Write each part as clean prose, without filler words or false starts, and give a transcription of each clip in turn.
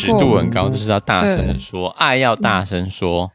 尺度很高，就是要大声的说，爱要大声说。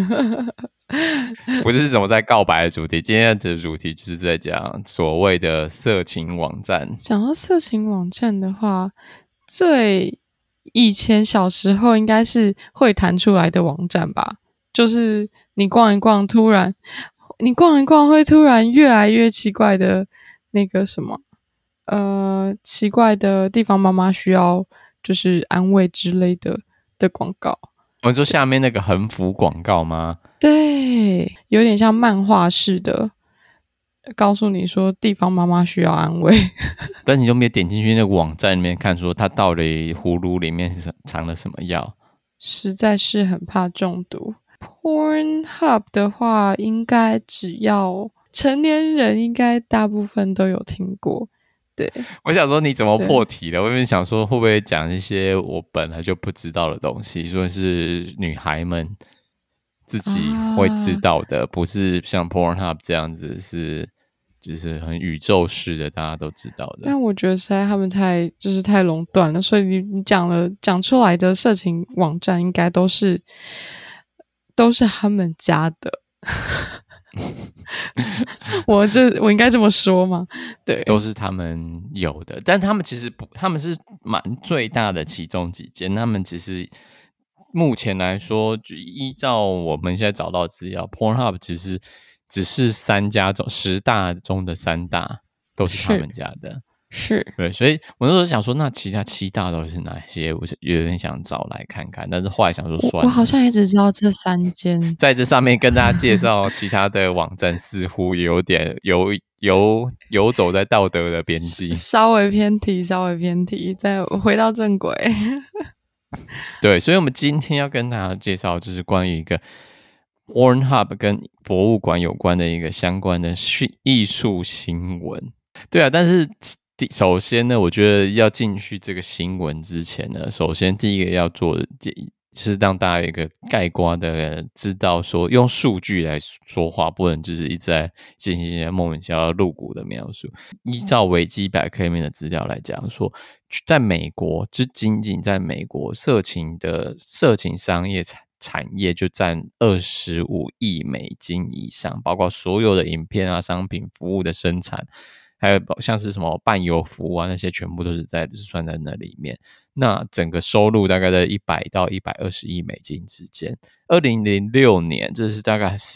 不是什么在告白的主题，今天的主题就是在讲所谓的色情网站。 讲到色情网站的话，最以前小时候应该是会弹出来的网站吧，就是你逛一逛会突然越来越奇怪的那个什么奇怪的地方妈妈需要就是安慰之类的广告。 我说下面那个横幅广告吗？ 对，有点像漫画式的告诉你说地方妈妈需要安慰。 但你就没有点进去那个网站里面看说它到底葫芦里面藏了什么药， 实在是很怕中毒。Pornhub 的话应该只要成年人应该大部分都有听过。对， 我想说你怎么破题了？我原本想说会不会讲一些我本来就不知道的东西，说是女孩们自己会知道的，不是像 Pornhub 这样子是就是很宇宙式的，大家都知道的。 但我觉得实在他们太垄断了，所以你讲出来的色情网站应该都是他们家的。我应该这么说吗？对， 都是他们有的，但他们其实不，他们是蛮最大的其中几间。他们其实目前来说，就依照我们现在找到的资料 ，Pornhub 其实只是10大中的3大都是他们家的。 是， 对，所以我那时候想说，那其他7大都是哪些？我有点想找来看看，但是后来想说算了。 我好像也只知道这3间， 在这上面跟大家介绍其他的网站，似乎有点游走在道德的边际， 稍微偏题，再回到正轨。 对，所以我们今天要跟大家介绍，就是关于一个 Pornhub 跟博物馆有关的一个相关的艺术新闻。对啊，但是首先呢，我觉得要进去这个新闻之前呢，首先第一个要做的就是让大家有一个概括的知道说，用数据来说话，不能就是一直在进行一些莫名其妙露骨的描述。依照维基百科里面的资料来讲说，在美国，就仅仅在美国，色情商业产业就占25亿美金以上，包括所有的影片啊、商品、服务的生产。还有像是什么伴游服务啊，那些全部都是算在那里面。那整个收入大概在100到120亿美金之间。2006年，这是大概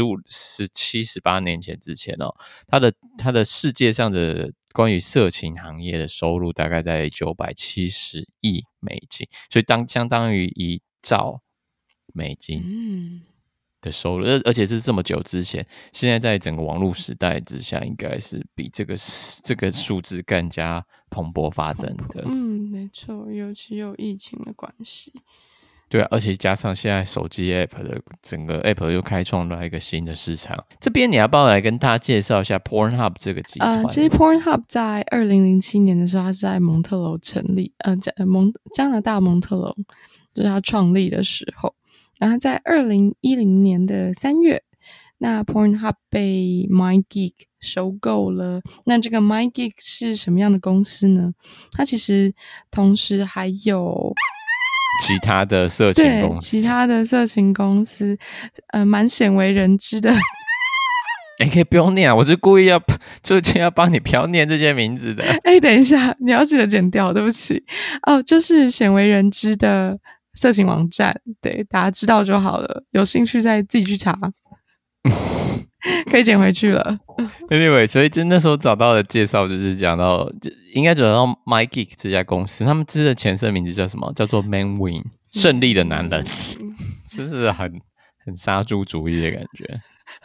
17、18年前之前哦，它的世界上的关于色情行业的收入大概在970亿美金，所以相当于1兆美金。的收入，而且是这么久之前，现在在整个网络时代之下，应该是比这个数字更加蓬勃发展的。 没错，尤其有疫情的关系。 对啊，而且加上现在手机 App 的整个 App 又开创了一个新的市场。这边你要不要来跟大家介绍一下 Pornhub 这个集团？ 其实 Pornhub 在2007年的时候，它是在蒙特楼成立，加拿大蒙特楼，就是它创立的时候。然后在2010年的3月，那 Pornhub 被 MyGeek 收购了。那这个 MyGeek 是什么样的公司呢？它其实同时还有其他的色情公司， 其他的色情公司，蛮鲜为人知的。 你可以不用念啊，我是故意要帮你不要念这些名字的。 等一下，你要记得剪掉，对不起。就是鲜为人知的色情网站，对，大家知道就好了，有兴趣再自己去查。可以剪回去了。 Anyway， 所以那时候找到的介绍就是讲到，应该找到 MyGeek 这家公司，他们的前身名字叫什么？叫做 Man Win， 胜利的男人，真是很杀猪主义的感觉。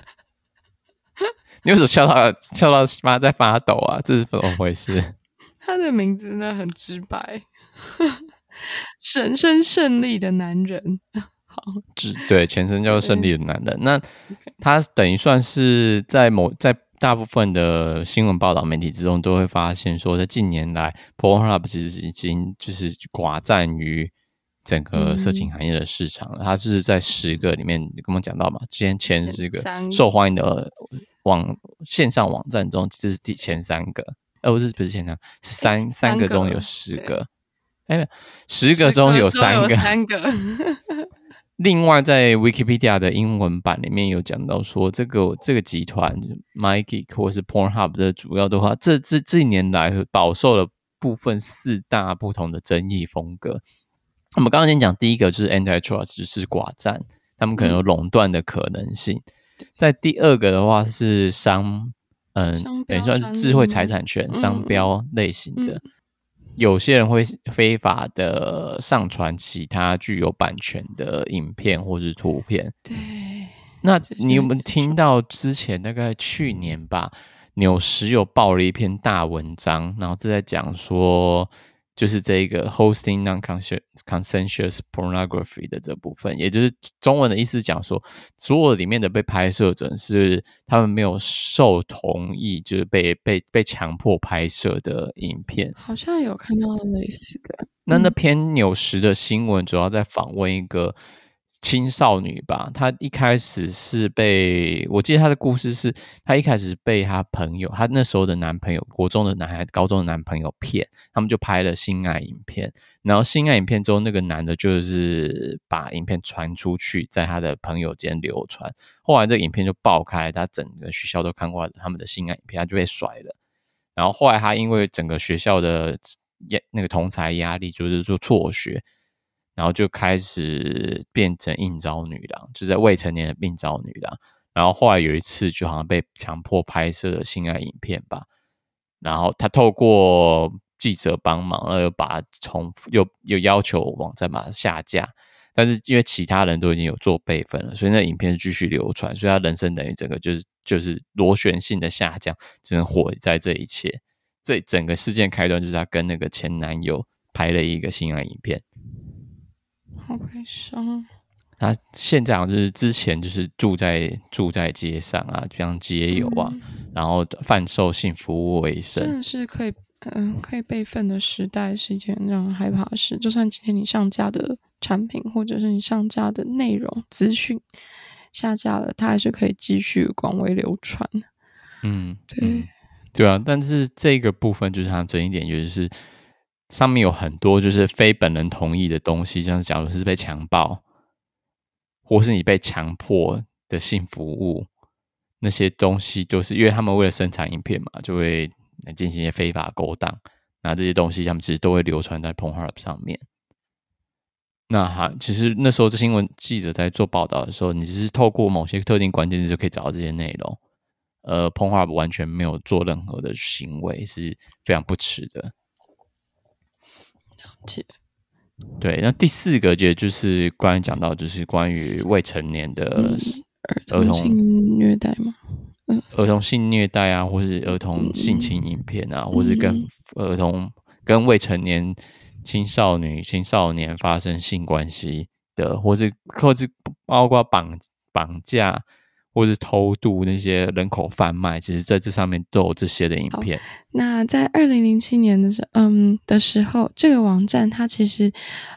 你为什么笑到妈在发抖啊？这是怎么回事？ 他的名字呢很直白，神圣胜利的男人。好， 对，前身叫做胜利的男人。那他等于算是在大部分的新闻报道媒体之中都会发现说，在近年来 Pornhub 其实已经就是寡占于整个色情行业的市场了。它是在10个里面，你跟我讲到嘛，前10个受欢迎的线上网站中，这是前3个，不是前3，是3个中有10个。 10个中有3个。 3个。 另外，在 Wikipedia 的英文版里面有讲到说，这个集团 MyGeek 或是 Pornhub 的主要的话，这一年来饱受了部分4大不同的争议风格。我们刚刚先讲第一个就是 antitrust， 就是寡占，他们可能有垄断的可能性。在第二个的话是等于算是智慧财产权商标类型的。有些人会非法的上传其他具有版权的影片或是图片。 对， 那你有没有听到之前大概去年吧，纽时有报了一篇大文章，然后这在讲说，就是这个 hosting non-consensuous pornography 的这部分，也就是中文的意思讲说，所有里面的被拍摄者是他们没有受同意，就是被强迫拍摄的影片。 好像有看到类似的。 那篇纽时的新闻主要在访问一个青少女吧，她一开始是我记得她的故事是，她一开始被她朋友，她那时候的男朋友，国中的男孩，高中的男朋友骗，他们就拍了性爱影片，然后性爱影片之后，那个男的就是把影片传出去，在他的朋友间流传，后来这个影片就爆开，他整个学校都看过他们的性爱影片，他就被甩了，然后后来他因为整个学校的那个同侪压力，就是说辍学，然后就开始变成应召女郎，就是未成年的应召女郎。然后后来有一次就好像被强迫拍摄的性爱影片吧，然后他透过记者帮忙，然后又要求网站把它下架，但是因为其他人都已经有做备份了，所以那影片继续流传，所以他人生等于整个就是螺旋性的下降，只能活在这一切。这整个事件开端就是他跟那个前男友拍了一个性爱影片。 好悲伤。 他现在好像就是之前就是住在街上啊，就像街友啊，然后贩售性服务为生。 真的是可以备份的时代是一件让人害怕的事。就算今天你上架的产品或者是你上架的内容资讯下架了，它还是可以继续广为流传。 对啊，但是这个部分就是它的争议点，就是上面有很多就是非本人同意的东西，像是假如是被强暴，或是你被强迫的性服务，那些东西都是因为他们为了生产影片嘛，就会来进行一些非法勾当，那这些东西他们其实都会流传在 Pornhub 上面。那其实那时候这新闻记者在做报道的时候，你只是透过某些特定关键字就可以找到这些内容。Pornhub 完全没有做任何的行为，是非常不耻的。 了解。 对，那第4个就是刚才讲到，就是关于未成年的儿童性虐待吗？ 儿童性虐待啊，或是儿童性侵影片啊，或是跟未成年青少年发生性关系的，或是包括绑架或是偷渡那些人口贩卖，其实在这上面都有这些的影片。 那在2007年的时候，这个网站它其实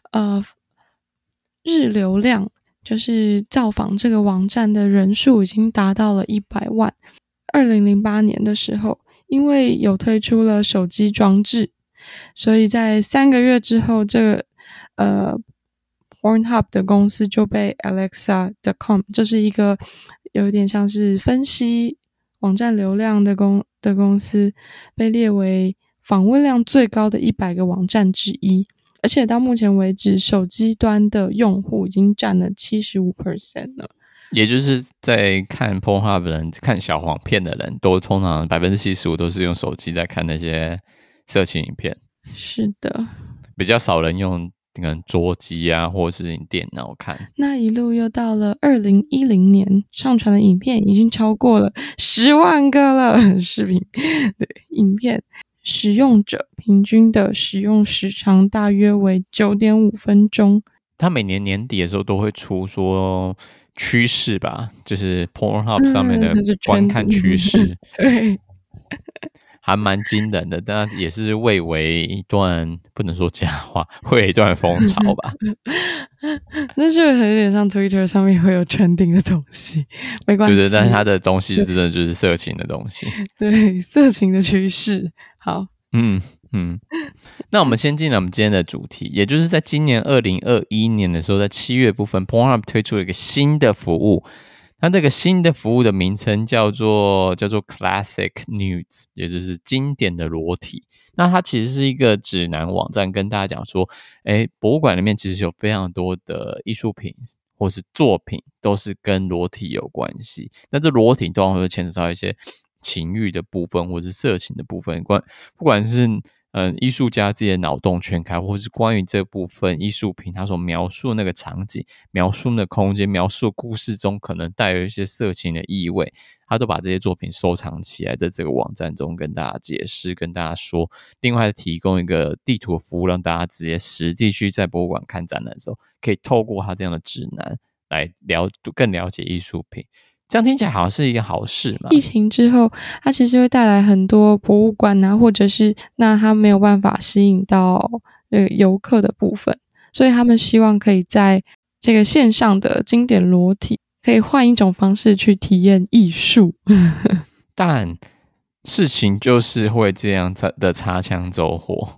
日流量就是造访这个网站的人数已经达到了100万。2008年的时候，因为有推出了手机装置，所以在3个月之后，这个Pornhub 的公司就被 Alexa.com， 就是一个有点像是分析网站流量的公司，被列为访问量最高的100个网站之一。而且到目前为止，手机端的用户已经占了 75% 了。 也就是在看 Pornhub 的人，看小黄片的人，都通常 75% 都是用手机在看那些色情影片。 是的， 比较少人用桌机啊，或是你电脑看。 那一路又到了2010年，上传的影片已经超过了10万个了。视频，对，影片使用者平均的使用时长大约为 9.5 分钟。 他每年年底的时候都会出说趋势吧，就是 Pornhub 上面的观看趋势。 对， 还蛮惊人的，但也是蔚为一段不能说假话，会有一段风潮吧。 那就有点像 Twitter 上面会有 trending 的东西，没关系。 对，但是它的东西真的就是色情的东西。 对，色情的趋势。好， 嗯嗯，那我们先进来我们今天的主题，也就是在今年2021年的时候，在7月部分 Pornhub 推出了一个新的服务。它这个新的服务的名称叫做 Classic Nudes， 也就是经典的裸体。那它其实是一个指南网站，跟大家讲说，博物馆里面其实有非常多的艺术品或是作品都是跟裸体有关系。那这裸体通常会牵扯到一些情欲的部分或是色情的部分，不管是艺术家自己的脑洞全开，或是关于这部分艺术品他所描述的那个场景、描述的空间、描述的故事中可能带有一些色情的意味，他都把这些作品收藏起来，在这个网站中跟大家解释、跟大家说。另外提供一个地图服务，让大家直接实际去在博物馆看展览的时候，可以透过他这样的指南来更了解艺术品。这样听起来好像是一个好事嘛。 疫情之后，它其实会带来很多博物馆啊，或者是那它没有办法吸引到游客的部分，所以他们希望可以在这个线上的经典裸体，可以换一种方式去体验艺术。 但事情就是会这样的擦枪走火。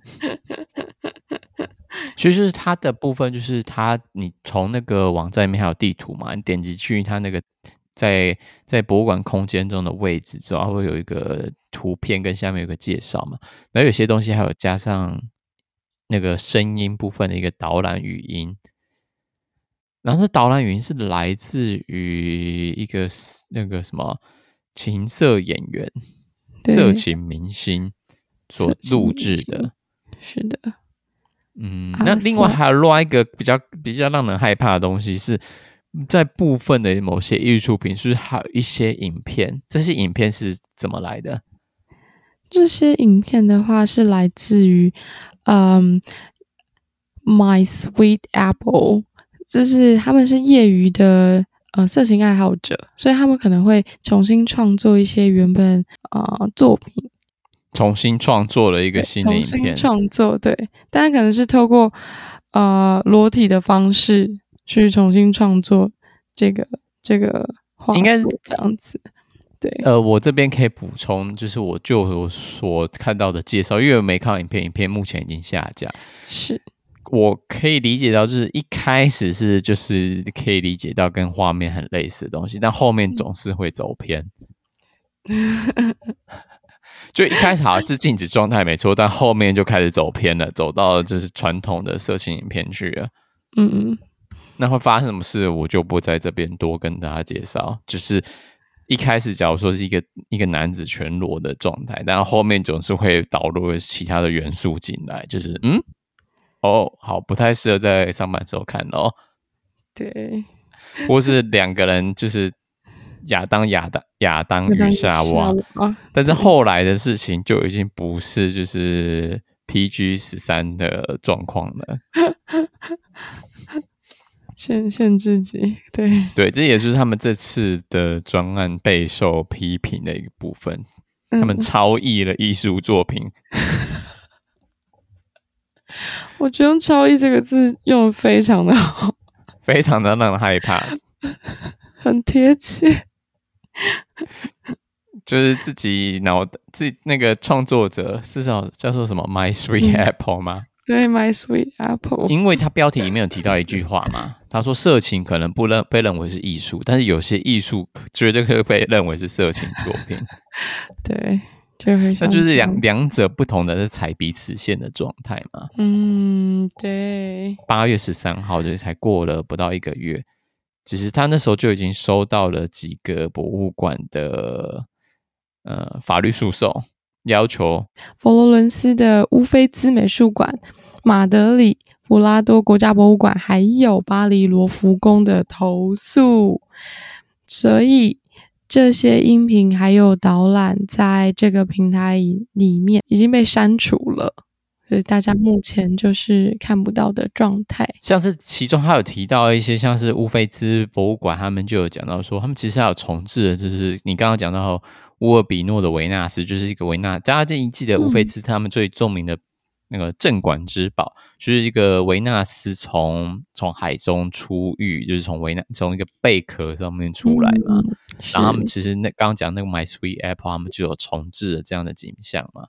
其实它的部分就是你从那个网站里面还有地图嘛，你点击去它那个在博物馆空间中的位置之后，会有一个图片跟下面有个介绍嘛，然后有些东西还有加上那个声音部分的一个导览语音，然后这导览语音是来自于一个那个什么情色演员、色情明星所录制的。 是的。 那另外还有另外一个比较让人害怕的东西是，在部分的某些艺术品，是不是还有一些影片？这些影片是怎么来的？ 这些影片的话是来自于My Sweet Apple， 就是他们是业余的色情爱好者，所以他们可能会重新创作一些原本作品。 重新创作了一个新的影片， 重新创作，对，但可能是透过裸体的方式去重新创作这个画作，应该这样子。对， 我这边可以补充，就是我所看到的介绍，因为我没看到影片目前已经下架。 是， 我可以理解到，就是一开始是就是可以理解到跟画面很类似的东西，但后面总是会走偏。就一开始好像是静止状态没错，但后面就开始走偏了，走到就是传统的色情影片去了。那会发生什么事，我就不在这边多跟大家介绍。就是一开始假如说是一个男子全裸的状态，但后面总是会导入其他的元素进来，就是好，不太适合在上班时候看咯。 对， 或是两个人就是亚当与夏娃，但是后来的事情就已经不是就是 PG-13 的状况了。 限制级， 对，这也就是他们这次的专案备受批评的一个部分。他们超译了艺术作品。 我觉得用超译这个字用得非常的好， 非常的让人害怕， 很贴切。 就是自己那个创作者是叫做什么 My Sweet Apple 吗？ 对 My Sweet Apple， 因为他标题里面有提到一句话嘛，他说色情可能被认为是艺术，但是有些艺术绝对可以被认为是色情作品。 对，就会那就是两者不同的是踩彼此线的状态嘛。 对。 8月13号就是才过了不到1个月，其实他那时候就已经收到了几个博物馆的法律诉讼，要求佛罗伦斯的乌菲兹美术馆、马德里普拉多国家博物馆还有巴黎罗浮宫的投诉，所以这些音频还有导览在这个平台里面已经被删除了，所以大家目前就是看不到的状态。 像是其中还有提到一些像是乌菲兹博物馆，他们就有讲到说他们其实还有重置的，就是你刚刚讲到乌尔比诺的维纳斯，就是一个大家记得乌菲兹他们最著名的那个镇馆之宝，就是一个维纳斯从海中出狱，就是从一个贝壳上面出来嘛。然后他们其实刚刚讲那个 My Sweet Apple， 他们就有重置了这样的景象嘛。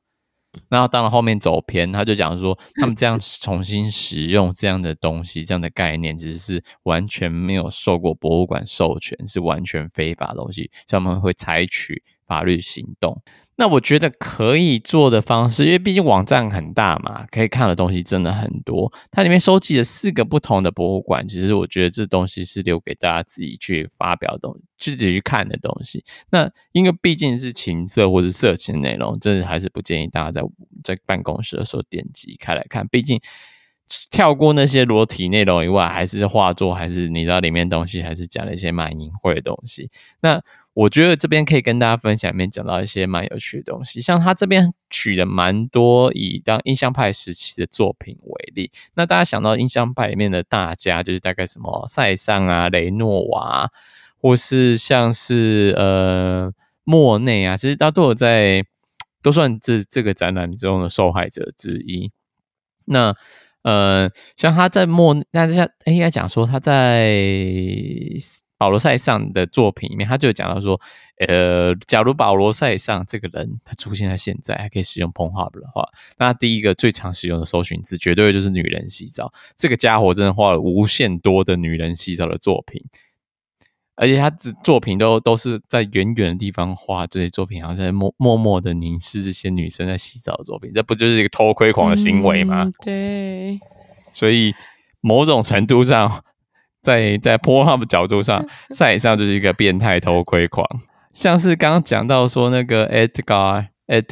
然后当然后面走偏，他就讲说他们这样重新使用这样的东西，这样的概念其实是完全没有受过博物馆授权，是完全非法的东西，所以他们会采取法律行动。那我觉得可以做的方式，因为毕竟网站很大嘛，可以看的东西真的很多。它里面收集了4个不同的博物馆，其实我觉得这东西是留给大家自己去发表的东西，自己去看的东西。那因为毕竟是情色或是色情内容，真的还是不建议大家在办公室的时候点击开来看。毕竟跳过那些裸体内容以外，还是画作，还是你知道里面东西还是讲了一些蛮隐晦的东西。那我觉得这边可以跟大家分享，里面讲到一些蛮有趣的东西，像他这边取了蛮多以当印象派时期的作品为例。那大家想到印象派里面的大家，就是大概什么塞尚啊、雷诺瓦啊，或是像是莫内啊，其实他都有在，都算这个展览中的受害者之一。那像他在应该讲说他在保罗塞尚的作品里面，他就有讲到说，假如保罗塞尚这个人他出现在现在，还可以使用 Pornhub 的话，那第一个最常使用的搜寻字绝对就是女人洗澡。这个家伙真的画了无限多的女人洗澡的作品，而且他的作品都是在远远的地方画这些作品，好像在默默的凝视这些女生在洗澡的作品，这不就是一个偷窥狂的行为吗？ 对。 所以某种程度上，在 Pornhub 角度上，赛上就是一个变态偷窥狂。像是刚刚讲到说那个 Edgar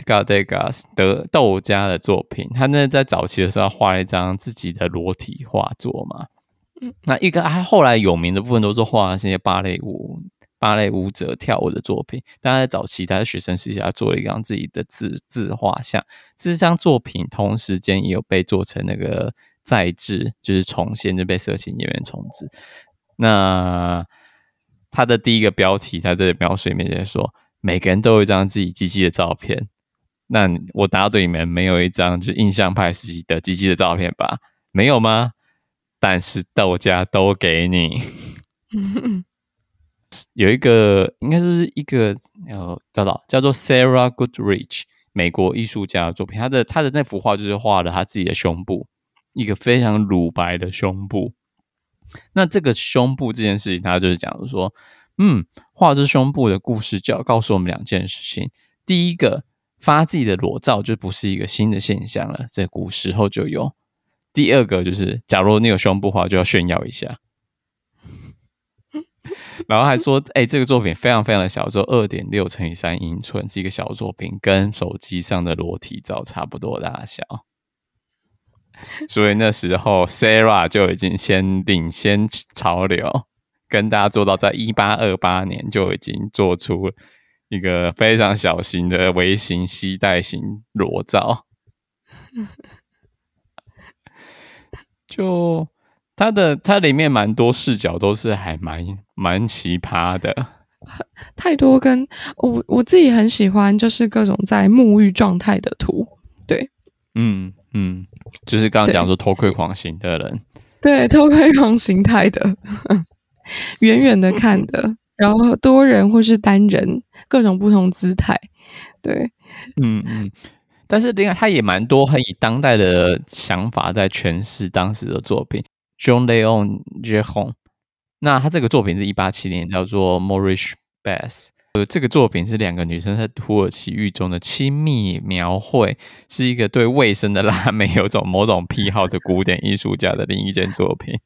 Degas 的窦家的作品，他那在早期的时候画了一张自己的裸体画作嘛。那一个他后来有名的部分都是画那些芭蕾舞者跳舞的作品，但他在早期他在学生时期他做了一张自己的自画像，这张作品同时间也有被做成那个再制，就是重现，就被色情演员重制。那他的第一个标题，他这里描述里面就说，每个人都有一张自己鸡鸡的照片，那我答对你们没有一张就是印象派时期的鸡鸡的照片吧？没有吗？但是窦家都给你。有一个应该就是一个叫做 Sarah Goodrich 美国艺术家的作品，他的那幅画就是画了他自己的胸部，一个非常乳白的胸部。那这个胸部这件事情，他就是讲说，画这胸部的故事就要告诉我们2件事情。第一个，发自己的裸照就不是一个新的现象了，在古时候就有。第二个就是，假如你有胸部的话，就要炫耀一下。然后还说，这个作品非常非常的小，只有 2.6 乘以3英寸，是一个小作品，跟手机上的裸体照差不多大小。所以那时候 Sarah 就已经先领先潮流，跟大家做到在1828年就已经做出一个非常小型的微型携带型裸照。就它里面蛮多视角都是还蛮奇葩的， 太多跟我自己很喜欢，就是各种在沐浴状态的图。对， 就是刚刚讲说偷窥狂型的人， 对，偷窥狂形态的，远远的看的，然后多人或是单人，各种不同姿态。对， 但是另外他也蛮多很以当代的想法在诠释当时的作品。Jean Leon Gehon， 那他这个作品是1870年，叫做 Maurice Bass。这个作品是2个女生在土耳其狱中的亲密描绘，是一个对卫生的辣妹有种某种癖好的古典艺术家的另一件作品。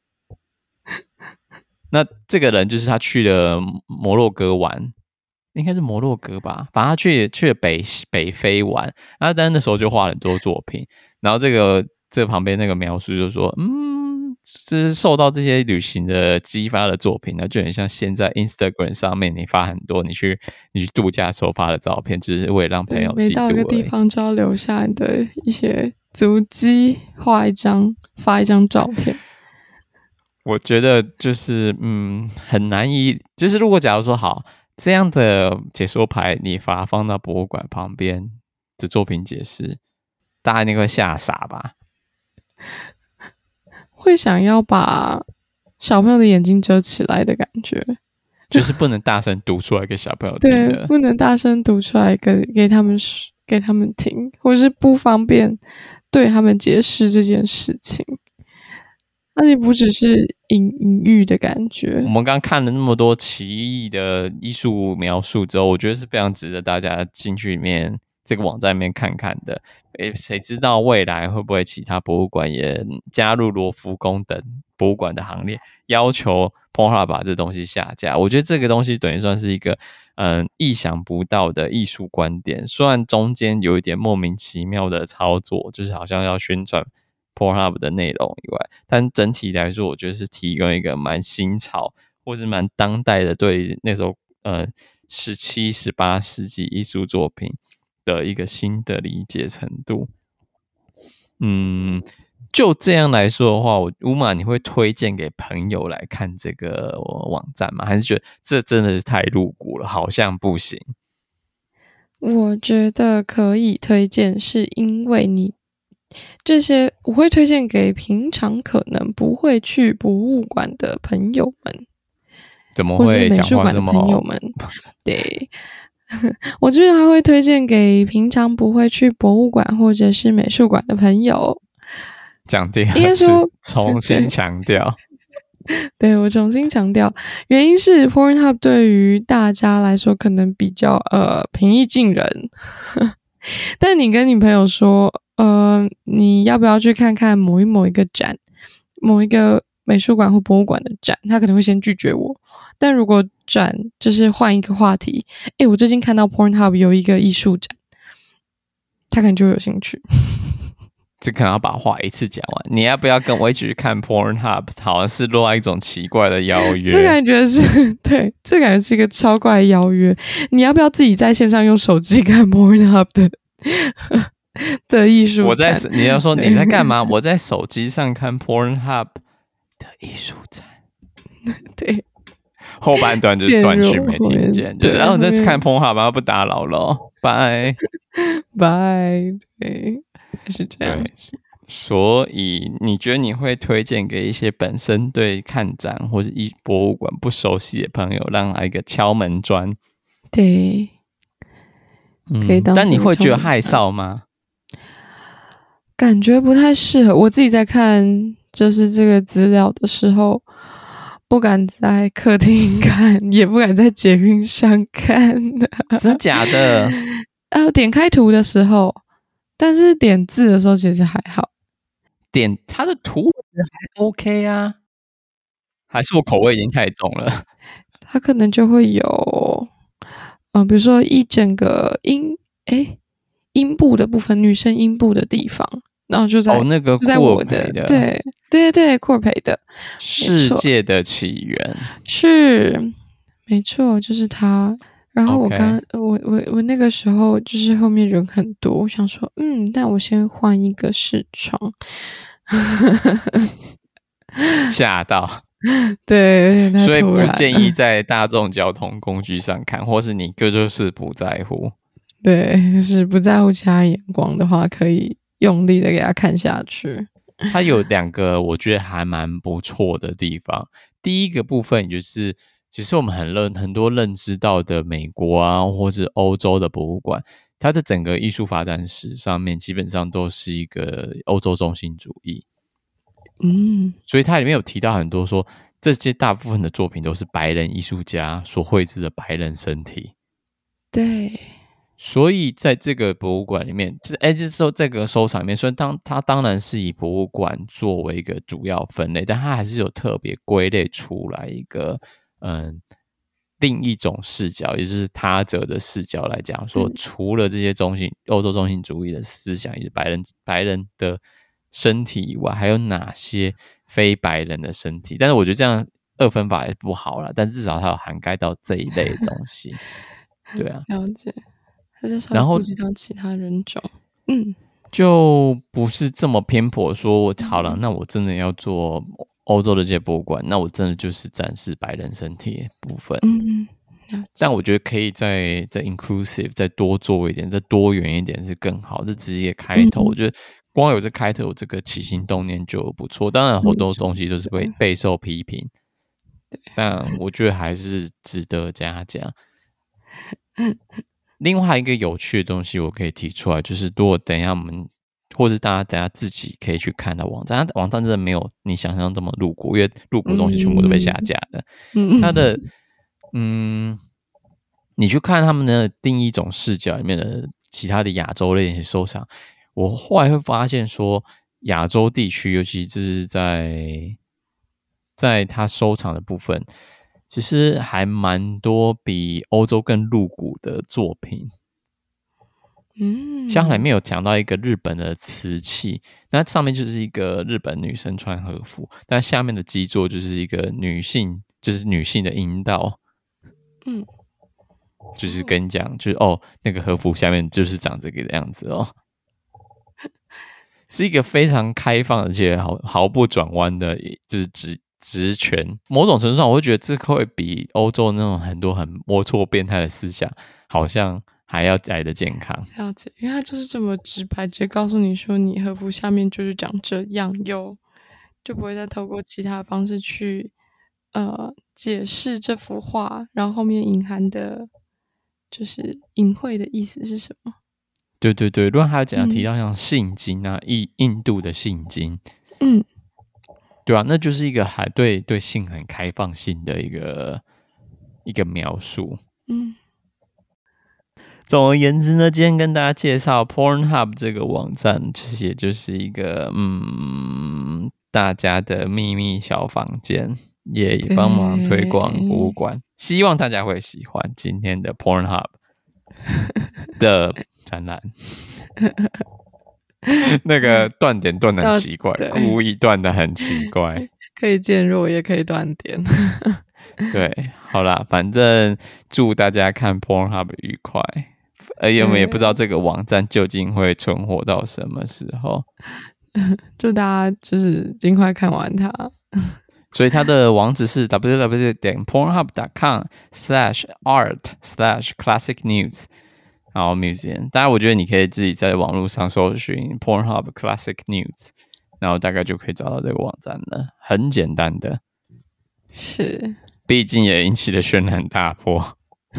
那这个人就是他去了摩洛哥玩，应该是摩洛哥吧，反正他去了北非玩，然后但那时候就画了很多作品，然后这旁边那个描述就说，就是受到这些旅行的激发的作品呢，就很像现在 Instagram 上面你发很多你去度假时候发的照片，只是为了让朋友嫉妒而已。 每到一个地方就要留下你的一些足迹，发一张照片。 我觉得就是很难就是如果假如说好这样的解说牌，你放到博物馆旁边的作品解释，大家一定会吓傻吧？ 会想要把小朋友的眼睛遮起来的感觉， 就是不能大声读出来给小朋友听的。 对，不能大声读出来给他们给他们听，或是不方便对他们解释这件事情。那也不只是隐喻的感觉。 我们刚看了那么多奇异的艺术描述之后，我觉得是非常值得大家进去里面这个网站里面看看的。谁知道未来会不会其他博物馆也加入罗浮宫等博物馆的行列，要求 Pornhub 把这东西下架？我觉得这个东西等于算是一个意想不到的艺术观点，虽然中间有一点莫名其妙的操作，就是好像要宣传Pornhub 的内容以外，但整体来说，我觉得是提供一个蛮新潮或者蛮当代的对那时候17、18世纪艺术作品的一个新的理解程度。就这样来说的话，乌马你会推荐给朋友来看这个网站吗？还是觉得这真的是太露骨了，好像不行？ 我觉得可以推荐，是因为这些我会推荐给平常可能不会去博物馆的朋友们， 怎么或是美会讲术馆的话这么朋友们。对，我这边还会推荐给平常不会去博物馆或者是美术馆的朋友。 讲第二应该次说重新强调？ 对，我重新强调，原因是 Pornhub 对于大家来说可能比较平易近人，但你跟你朋友说，你要不要去看看某一个展，某一个美术馆或博物馆的展，他可能会先拒绝我。但如果展就是换一个话题，我最近看到 Pornhub 有一个艺术展，他可能就有兴趣。 这可能要把话一次讲完。你要不要跟我一起去看 Pornhub？ 好像是落在一种奇怪的邀约。 这感觉是对，这感觉是一个超怪的邀约。你要不要自己在线上用手机看 Pornhub 的艺术展？ 你要说你在干嘛？我在手机上看 Pornhub 的艺术展。 对， 后半段就是断续没听见，就是然后你在看 Pornhub， 不打扰了，拜拜。对，是这样。 对，所以你觉得你会推荐给一些本身对看展或者博物馆不熟悉的朋友，让来一个敲门砖？ 对，可以当。 但你会觉得害臊吗？ 感觉不太适合。我自己在看就是这个资料的时候，不敢在客厅看，也不敢在捷运上看。 真的假的？ 点开图的时候，但是点字的时候其实还好。 点它的图我觉得还 OK 啊，还是我口味已经太重了？ 它可能就会有，比如说一整个阴部的部分，女生阴部的地方，然后就在那个就在我的对扩培的世界的起源是没错，就是它。然后我那个时候就是后面人很多，我想说但我先换一个视窗， 吓到。 对， 所以不建议在大众交通工具上看，或是你就是不在乎。 对，是不在乎其他眼光的话，可以用力的给他看下去。 它有两个我觉得还蛮不错的地方。第一个部分就是其实我们很多认知到的美国啊或是欧洲的博物馆，它的整个艺术发展史上面基本上都是一个欧洲中心主义。所以它里面有提到很多说这些大部分的作品都是白人艺术家所绘制的白人身体。 对， 所以在这个博物馆里面，就是说这个收藏里面，虽然它当然是以博物馆作为一个主要分类，但它还是有特别归类出来一个另一种视角，也就是他者的视角来讲说，除了这些欧洲中心主义的思想，也是白人的身体以外，还有哪些非白人的身体？但是我觉得这样二分法也不好啦，但至少它有涵盖到这一类的东西。对啊， 了解。它就稍微顾及到其他人种， 就不是这么偏颇说好了，那我真的要做欧洲的这些博物馆，那我真的就是展示白人身体的部分。但我觉得可以再 inclusive 再多做一点，再多元一点是更好。这直接开头，我觉得光有这开头有这个起心动念就不错。当然，很多东西都是会备受批评，但我觉得还是值得嘉奖。 另外一个有趣的东西我可以提出来，就是如果等一下我们或是大家等一下自己可以去看的网站，它网站真的没有你想象这么露骨，因为露骨的东西全部都被下架的。它的你去看他们的另一种视角里面的其他的亚洲类型收藏，我后来会发现说，亚洲地区尤其就是在他收藏的部分，其实还蛮多比欧洲更露骨的作品。像里面有讲到一个日本的瓷器，那上面就是一个日本女生穿和服，但下面的基座就是一个女性，就是女性的阴道。就是跟你讲，就是那个和服下面就是长这个样子哦，是一个非常开放而且毫不转弯的，就是直权。某种程度上，我会觉得这会比欧洲那种很多很龌龊变态的思想，好像还要来的健康。 了解，因为它就是这么直白，直接告诉你说你和服下面就是长这样，就不会再透过其他的方式去解释这幅画，然后后面隐含的就是隐晦的意思是什么。 对对对，如果还有讲提到像信经啊，印度的信经，对啊，那就是一个还对性很开放性的一个描述。总而言之呢，今天跟大家介绍 Pornhub 这个网站，其实也就是一个大家的秘密小房间，也帮忙推广博物馆，希望大家会喜欢今天的 Pornhub 的展览。那个断点断得很奇怪，故意断得很奇怪， 可以渐弱也可以断点。 对，好啦，反正祝大家看 Pornhub 愉快。而且我们也不知道这个网站究竟会存活到什么时候。 祝大家就是尽快看完它。 所以它的网址是 www.pornhub.com/art/classic-news 然后 museum。当然我觉得你可以自己在网络上搜寻 Pornhub Classic News， 然后大概就可以找到这个网站了，很简单的。 是， 毕竟也引起了轩然大波。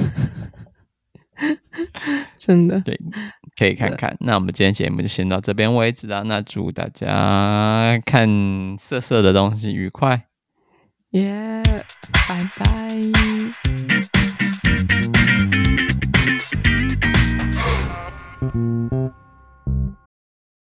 真的。 对，可以看看。那我们今天节目就先到这边为止了。那祝大家看色色的东西愉快。 耶，拜拜。